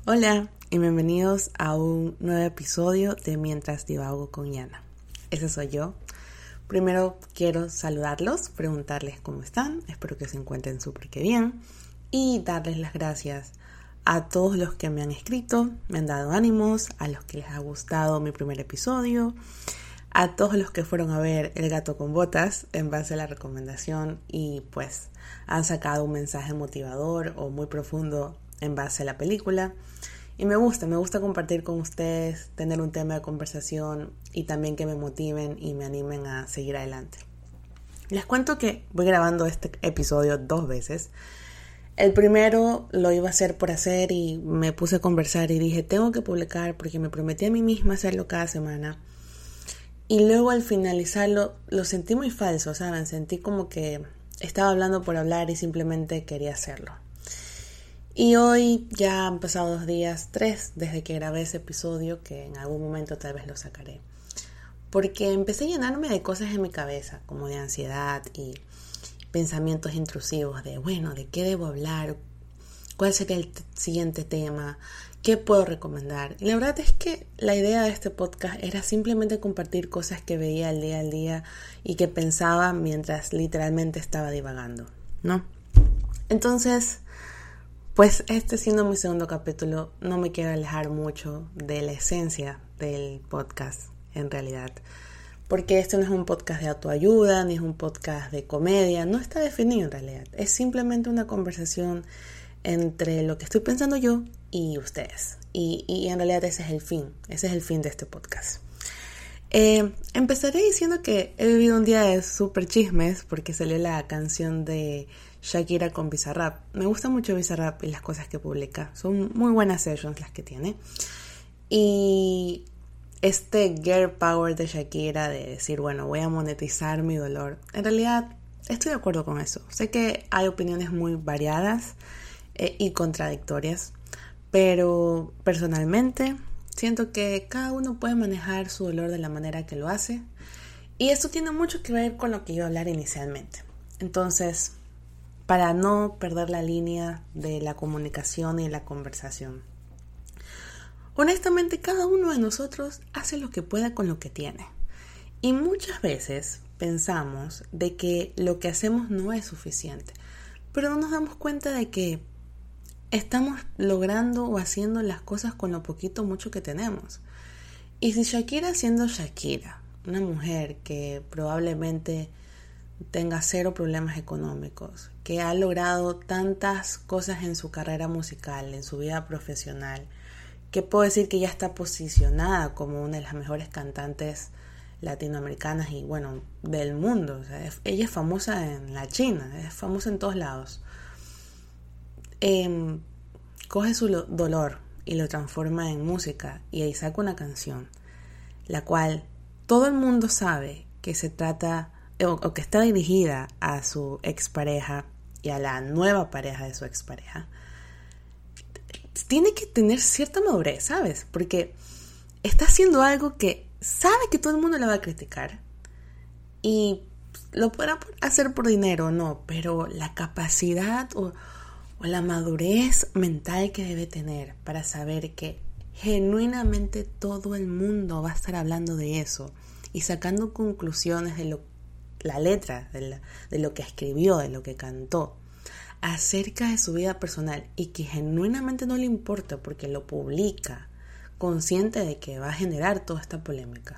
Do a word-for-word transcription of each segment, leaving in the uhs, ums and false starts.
Hola y bienvenidos a un nuevo episodio de Mientras Divago con Yana. Ese soy yo. Primero quiero saludarlos, preguntarles cómo están, espero que se encuentren súper que bien y darles las gracias a todos los que me han escrito, me han dado ánimos, a los que les ha gustado mi primer episodio, a todos los que fueron a ver El gato con botas en base a la recomendación y pues han sacado un mensaje motivador o muy profundo en base a la película. Y me gusta, me gusta compartir con ustedes, tener un tema de conversación y también que me motiven y me animen a seguir adelante. Les cuento que voy grabando este episodio dos veces. El primero lo iba a hacer por hacer y me puse a conversar y dije, tengo que publicar porque me prometí a mí misma hacerlo cada semana. Y luego al finalizarlo lo sentí muy falso, ¿saben? Sentí como que estaba hablando por hablar y simplemente quería hacerlo. Y hoy ya han pasado dos días, tres, desde que grabé ese episodio, que en algún momento tal vez lo sacaré. Porque empecé a llenarme de cosas en mi cabeza, como de ansiedad y pensamientos intrusivos de, bueno, ¿de qué debo hablar? ¿Cuál sería el t- siguiente tema? ¿Qué puedo recomendar? Y la verdad es que la idea de este podcast era simplemente compartir cosas que veía al día al día y que pensaba mientras literalmente estaba divagando, ¿no? Entonces, pues este siendo mi segundo capítulo, no me quiero alejar mucho de la esencia del podcast, en realidad. Porque este no es un podcast de autoayuda, ni es un podcast de comedia, no está definido en realidad. Es simplemente una conversación entre lo que estoy pensando yo y ustedes. Y, y en realidad ese es el fin, ese es el fin de este podcast. Eh, empezaré diciendo que he vivido un día de súper chismes porque salió la canción de Shakira con Bizarrap. Me gusta mucho Bizarrap y las cosas que publica. Son muy buenas sessions las que tiene. Y este girl power de Shakira de decir, bueno, voy a monetizar mi dolor. En realidad estoy de acuerdo con eso. Sé que hay opiniones muy variadas eh, y contradictorias. Pero personalmente siento que cada uno puede manejar su dolor de la manera que lo hace. Y esto tiene mucho que ver con lo que iba a hablar inicialmente. Entonces, para no perder la línea de la comunicación y la conversación. Honestamente, cada uno de nosotros hace lo que pueda con lo que tiene. Y muchas veces pensamos de que lo que hacemos no es suficiente. Pero no nos damos cuenta de que estamos logrando o haciendo las cosas con lo poquito o mucho que tenemos. Y si Shakira siendo Shakira, una mujer que probablemente tenga cero problemas económicos, que ha logrado tantas cosas en su carrera musical, en su vida profesional, que puedo decir que ya está posicionada como una de las mejores cantantes latinoamericanas y bueno, del mundo. O sea, ella es famosa en la China, es famosa en todos lados. Eh, coge su lo- dolor y lo transforma en música y ahí saca una canción, la cual todo el mundo sabe que se trata o, o que está dirigida a su expareja y a la nueva pareja de su expareja. Tiene que tener cierta madurez, ¿sabes? Porque está haciendo algo que sabe que todo el mundo le va a criticar y lo podrá hacer por dinero o no, pero la capacidad o o la madurez mental que debe tener para saber que genuinamente todo el mundo va a estar hablando de eso y sacando conclusiones de lo, la letra, de, la, de lo que escribió, de lo que cantó, acerca de su vida personal y que genuinamente no le importa porque lo publica, consciente de que va a generar toda esta polémica.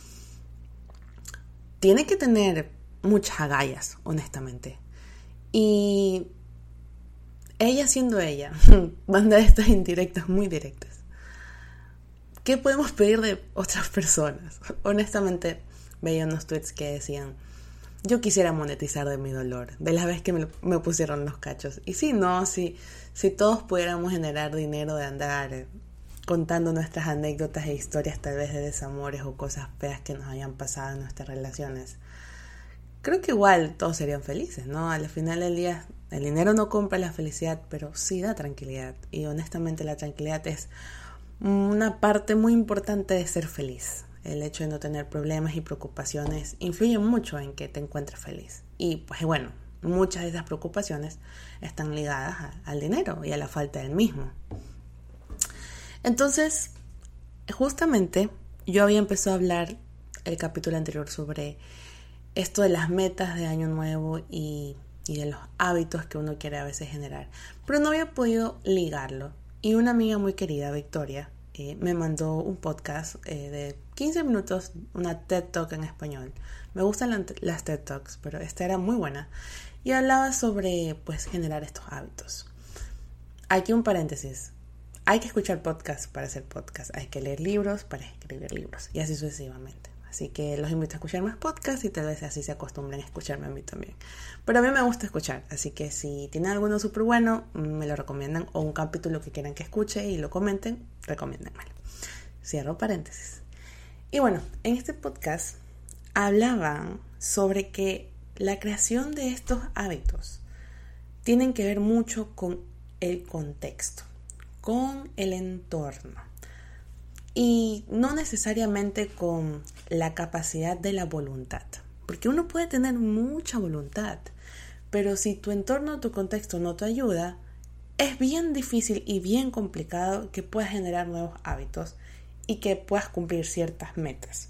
Tiene que tener muchas agallas, honestamente. Y ella siendo ella, manda estas indirectas muy directas. ¿Qué podemos pedir de otras personas? Honestamente, veía unos tweets que decían, yo quisiera monetizar de mi dolor, de la vez que me, me pusieron los cachos. Y sí, no, si, si todos pudiéramos generar dinero de andar contando nuestras anécdotas e historias tal vez de desamores o cosas feas que nos hayan pasado en nuestras relaciones, creo que igual todos serían felices, ¿no? Al final del día, el dinero no compra la felicidad, pero sí da tranquilidad. Y honestamente la tranquilidad es una parte muy importante de ser feliz. El hecho de no tener problemas y preocupaciones influye mucho en que te encuentres feliz. Y pues bueno, muchas de esas preocupaciones están ligadas a, al dinero y a la falta del mismo. Entonces, justamente yo había empezado a hablar el capítulo anterior sobre esto de las metas de año nuevo y, y de los hábitos que uno quiere a veces generar, pero no había podido ligarlo. Y una amiga muy querida, Victoria, eh, me mandó un podcast eh, de quince minutos, una TED Talk en español. Me gustan la, las TED Talks, pero esta era muy buena. Y hablaba sobre, pues, generar estos hábitos. Aquí un paréntesis. Hay que escuchar podcasts para hacer podcasts. Hay que leer libros para escribir libros. Y así sucesivamente. Así que los invito a escuchar más podcasts y tal vez así se acostumbren a escucharme a mí también. Pero a mí me gusta escuchar. Así que si tienen alguno súper bueno, me lo recomiendan. O un capítulo que quieran que escuche y lo comenten, recomiéndenmelo. Cierro paréntesis. Y bueno, en este podcast hablaban sobre que la creación de estos hábitos tienen que ver mucho con el contexto, con el entorno y no necesariamente con la capacidad de la voluntad, porque uno puede tener mucha voluntad, pero si tu entorno, tu contexto no te ayuda, es bien difícil y bien complicado que puedas generar nuevos hábitos y que puedas cumplir ciertas metas.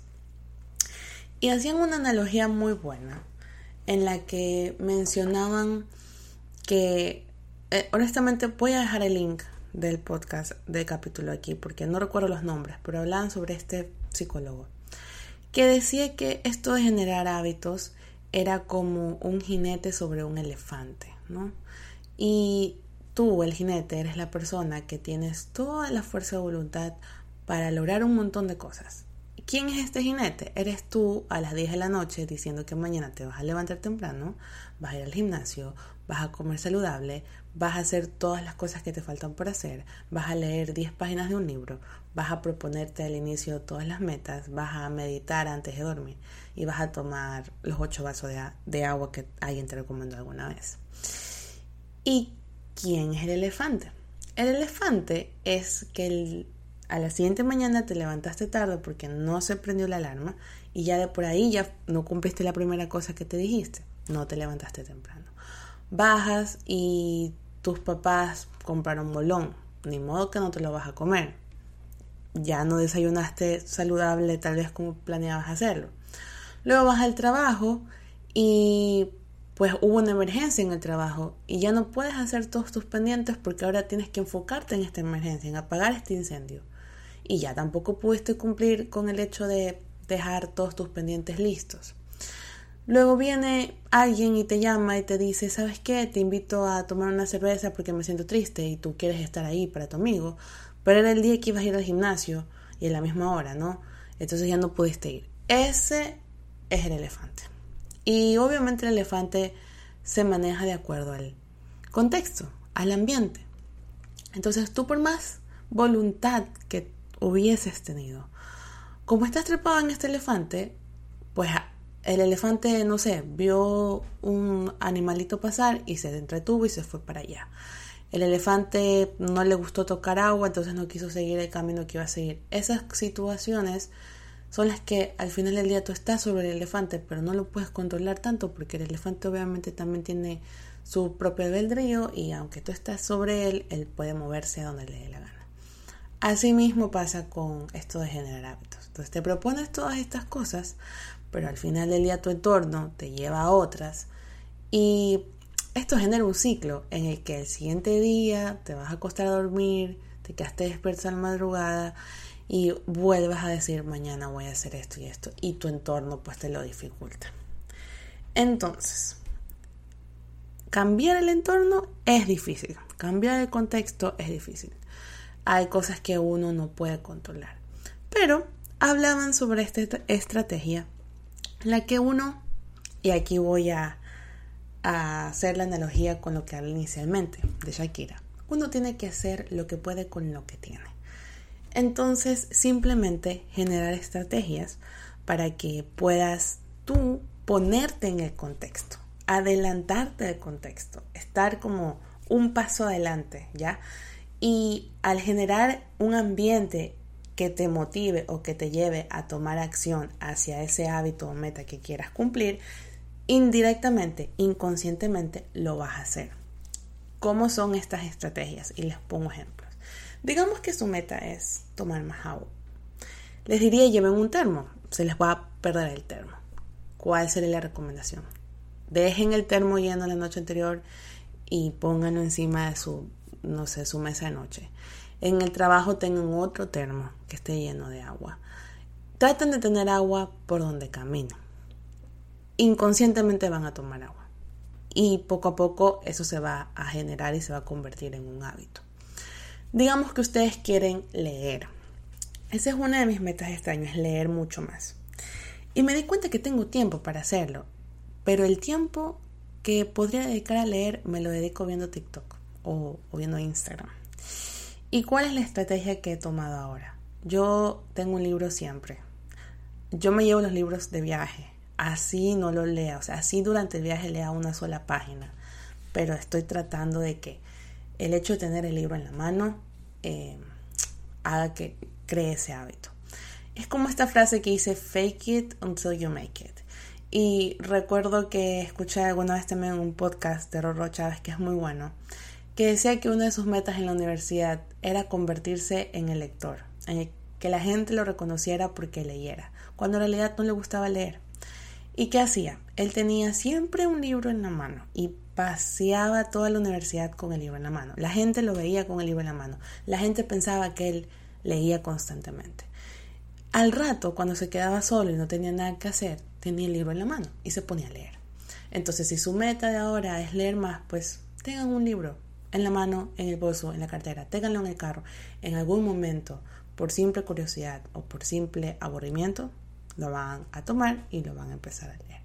Y hacían una analogía muy buena en la que mencionaban que, eh, honestamente voy a dejar el link del podcast, del capítulo aquí, porque no recuerdo los nombres, pero hablaban sobre este psicólogo, que decía que esto de generar hábitos era como un jinete sobre un elefante, ¿no? Y tú, el jinete, eres la persona que tienes toda la fuerza de voluntad para lograr un montón de cosas. ¿Quién es este jinete? Eres tú a las diez de la noche diciendo que mañana te vas a levantar temprano, vas a ir al gimnasio, vas a comer saludable, vas a hacer todas las cosas que te faltan por hacer, vas a leer diez páginas de un libro, vas a proponerte al inicio todas las metas, vas a meditar antes de dormir y vas a tomar los ocho vasos de, de agua que alguien te recomendó alguna vez. ¿Y quién es el elefante? El elefante es que el a la siguiente mañana te levantaste tarde porque no se prendió la alarma y ya de por ahí ya no cumpliste la primera cosa que te dijiste. No te levantaste temprano. Bajas y tus papás compraron bolón. Ni modo que no te lo vas a comer. Ya no desayunaste saludable tal vez como planeabas hacerlo. Luego vas al trabajo y pues hubo una emergencia en el trabajo y ya no puedes hacer todos tus pendientes porque ahora tienes que enfocarte en esta emergencia, en apagar este incendio. Y ya tampoco pudiste cumplir con el hecho de dejar todos tus pendientes listos. Luego viene alguien y te llama y te dice, ¿sabes qué? Te invito a tomar una cerveza porque me siento triste y tú quieres estar ahí para tu amigo. Pero era el día que ibas a ir al gimnasio y en la misma hora, ¿no? Entonces ya no pudiste ir. Ese es el elefante. Y obviamente el elefante se maneja de acuerdo al contexto, al ambiente. Entonces tú por más voluntad que hubieses tenido, como estás trepado en este elefante, pues el elefante, no sé, vio un animalito pasar y se entretuvo y se fue para allá. El elefante no le gustó tocar agua, entonces no quiso seguir el camino que iba a seguir. Esas situaciones son las que al final del día tú estás sobre el elefante, pero no lo puedes controlar tanto porque el elefante obviamente también tiene su propio albedrío y aunque tú estás sobre él, él puede moverse a donde le dé la gana. Así mismo pasa con esto de generar hábitos. Entonces te propones todas estas cosas, pero al final del día tu entorno te lleva a otras y esto genera un ciclo en el que el siguiente día te vas a acostar a dormir, te quedaste despierto a la madrugada y vuelvas a decir mañana voy a hacer esto y esto y tu entorno pues te lo dificulta. Entonces, cambiar el entorno es difícil, cambiar el contexto es difícil. Hay cosas que uno no puede controlar. Pero hablaban sobre esta estrategia, la que uno, y aquí voy a, a hacer la analogía con lo que hablé inicialmente de Shakira, uno tiene que hacer lo que puede con lo que tiene. Entonces, simplemente generar estrategias para que puedas tú ponerte en el contexto, adelantarte del contexto, estar como un paso adelante, ¿ya? Y al generar un ambiente que te motive o que te lleve a tomar acción hacia ese hábito o meta que quieras cumplir, indirectamente, inconscientemente lo vas a hacer. ¿Cómo son estas estrategias? Y les pongo ejemplos. Digamos que su meta es tomar más agua. Les diría lleven un termo, se les va a perder el termo. ¿Cuál sería la recomendación? Dejen el termo lleno la noche anterior y pónganlo encima de su, no sé, su mesa de noche. En el trabajo tengan otro termo que esté lleno de agua. Traten de tener agua por donde caminen. Inconscientemente van a tomar agua. Y poco a poco eso se va a generar y se va a convertir en un hábito. Digamos que ustedes quieren leer. Esa es una de mis metas este año, es leer mucho más. Y me di cuenta que tengo tiempo para hacerlo. Pero el tiempo que podría dedicar a leer me lo dedico viendo TikTok o, o viendo Instagram. ¿Y cuál es la estrategia que he tomado ahora? Yo tengo un libro siempre. Yo me llevo los libros de viaje. Así no los lea. O sea, así durante el viaje lea una sola página. Pero estoy tratando de que el hecho de tener el libro en la mano eh, haga que cree ese hábito. Es como esta frase que dice fake it until you make it. Y recuerdo que escuché alguna vez también un podcast de Rorro Chávez, que es muy bueno, que decía que una de sus metas en la universidad era convertirse en el lector, en el que la gente lo reconociera porque leyera, cuando en realidad no le gustaba leer. ¿Y qué hacía? Él tenía siempre un libro en la mano y paseaba toda la universidad con el libro en la mano. La gente lo veía con el libro en la mano. La gente pensaba que él leía constantemente. Al rato, cuando se quedaba solo y no tenía nada que hacer, tenía el libro en la mano y se ponía a leer. Entonces, si su meta de ahora es leer más, pues tengan un libro en la mano, en el bolso, en la cartera, ténganlo en el carro. En algún momento, por simple curiosidad o por simple aburrimiento, lo van a tomar y lo van a empezar a leer.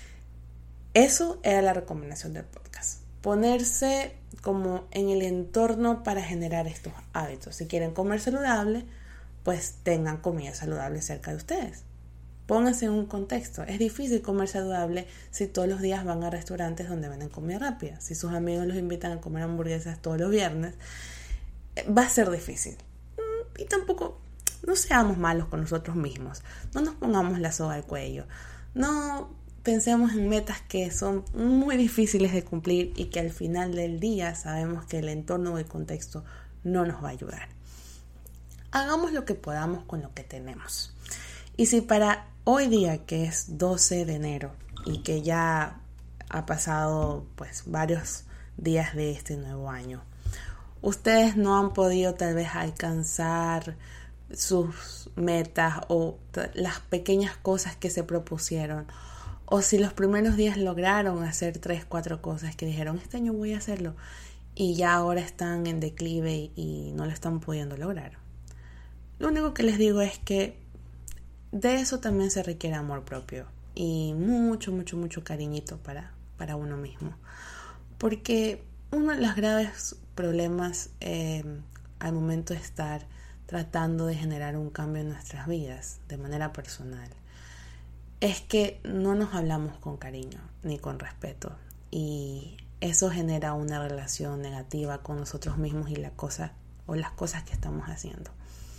Eso era la recomendación del podcast. Ponerse como en el entorno para generar estos hábitos. Si quieren comer saludable, pues tengan comida saludable cerca de ustedes. Pónganse en un contexto. Es difícil comer saludable si todos los días van a restaurantes donde venden comida rápida. Si sus amigos los invitan a comer hamburguesas todos los viernes, va a ser difícil. Y tampoco, no seamos malos con nosotros mismos. No nos pongamos la soga al cuello. No pensemos en metas que son muy difíciles de cumplir y que al final del día sabemos que el entorno o el contexto no nos va a ayudar. Hagamos lo que podamos con lo que tenemos. Y si para hoy día, que es doce de enero y que ya ha pasado pues varios días de este nuevo año, ustedes no han podido tal vez alcanzar sus metas o las pequeñas cosas que se propusieron, o si los primeros días lograron hacer tres, cuatro cosas que dijeron este año voy a hacerlo y ya ahora están en declive y, y no lo están pudiendo lograr. Lo único que les digo es que de eso también se requiere amor propio y mucho, mucho, mucho cariñito para, para uno mismo. Porque uno de los graves problemas eh, al momento de estar tratando de generar un cambio en nuestras vidas de manera personal es que no nos hablamos con cariño ni con respeto. Y eso genera una relación negativa con nosotros mismos y la cosa, o las cosas que estamos haciendo.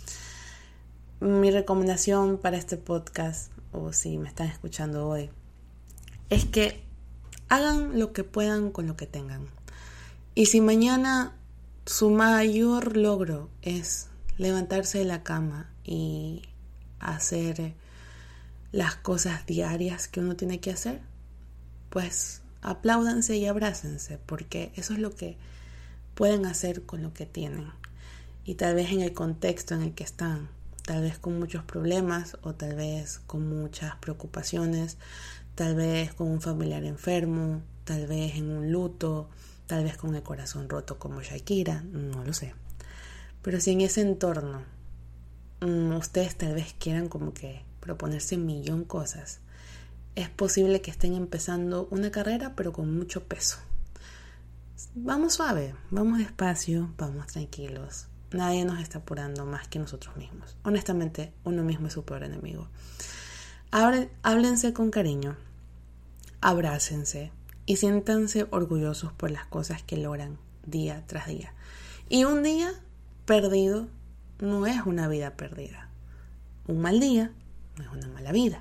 Mi recomendación para este podcast, o si me están escuchando hoy, es que hagan lo que puedan con lo que tengan. Y si mañana su mayor logro es levantarse de la cama y hacer las cosas diarias que uno tiene que hacer, pues apláudanse y abrácense, porque eso es lo que pueden hacer con lo que tienen. Y tal vez en el contexto en el que están, tal vez con muchos problemas o tal vez con muchas preocupaciones, tal vez con un familiar enfermo, tal vez en un luto, tal vez con el corazón roto como Shakira, no lo sé. Pero si en ese entorno um, ustedes tal vez quieran como que proponerse un millón de cosas, es posible que estén empezando una carrera pero con mucho peso. Vamos suave, vamos despacio, vamos tranquilos. Nadie nos está apurando más que nosotros mismos. Honestamente, uno mismo es su peor enemigo. Hablen, háblense con cariño, abrácense y siéntanse orgullosos por las cosas que logran día tras día. Y un día perdido no es una vida perdida. Un mal día no es una mala vida.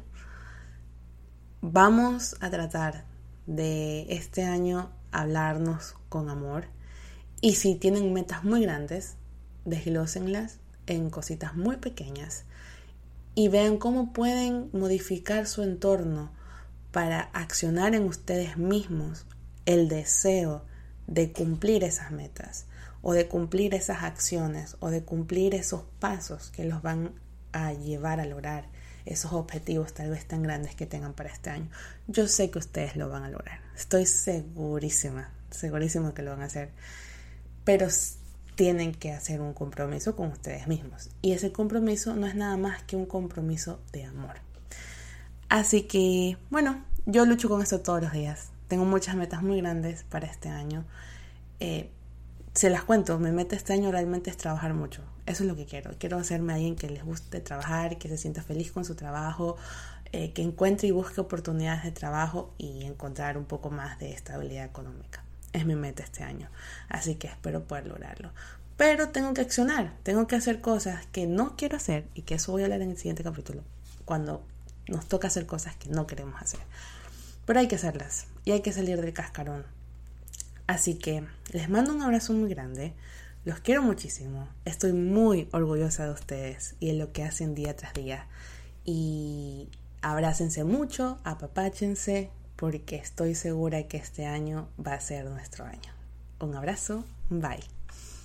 Vamos a tratar de este año hablarnos con amor. Y si tienen metas muy grandes, desglósenlas en cositas muy pequeñas y vean cómo pueden modificar su entorno para accionar en ustedes mismos el deseo de cumplir esas metas o de cumplir esas acciones o de cumplir esos pasos que los van a llevar a lograr esos objetivos tal vez tan grandes que tengan para este año. Yo sé que ustedes lo van a lograr, estoy segurísima, segurísima que lo van a hacer, pero tienen que hacer un compromiso con ustedes mismos y ese compromiso no es nada más que un compromiso de amor. Así que, bueno, yo lucho con esto todos los días. Tengo muchas metas muy grandes para este año. Eh, se las cuento, mi meta este año realmente es trabajar mucho. Eso es lo que quiero. Quiero hacerme alguien que les guste trabajar, que se sienta feliz con su trabajo, eh, que encuentre y busque oportunidades de trabajo y encontrar un poco más de estabilidad económica. Es mi meta este año. Así que espero poder lograrlo. Pero tengo que accionar, tengo que hacer cosas que no quiero hacer y que eso voy a hablar en el siguiente capítulo. Cuando nos toca hacer cosas que no queremos hacer. Pero hay que hacerlas y hay que salir del cascarón. Así que les mando un abrazo muy grande. Los quiero muchísimo. Estoy muy orgullosa de ustedes y de lo que hacen día tras día. Y abrácense mucho, apapáchense, porque estoy segura que este año va a ser nuestro año. Un abrazo. Bye.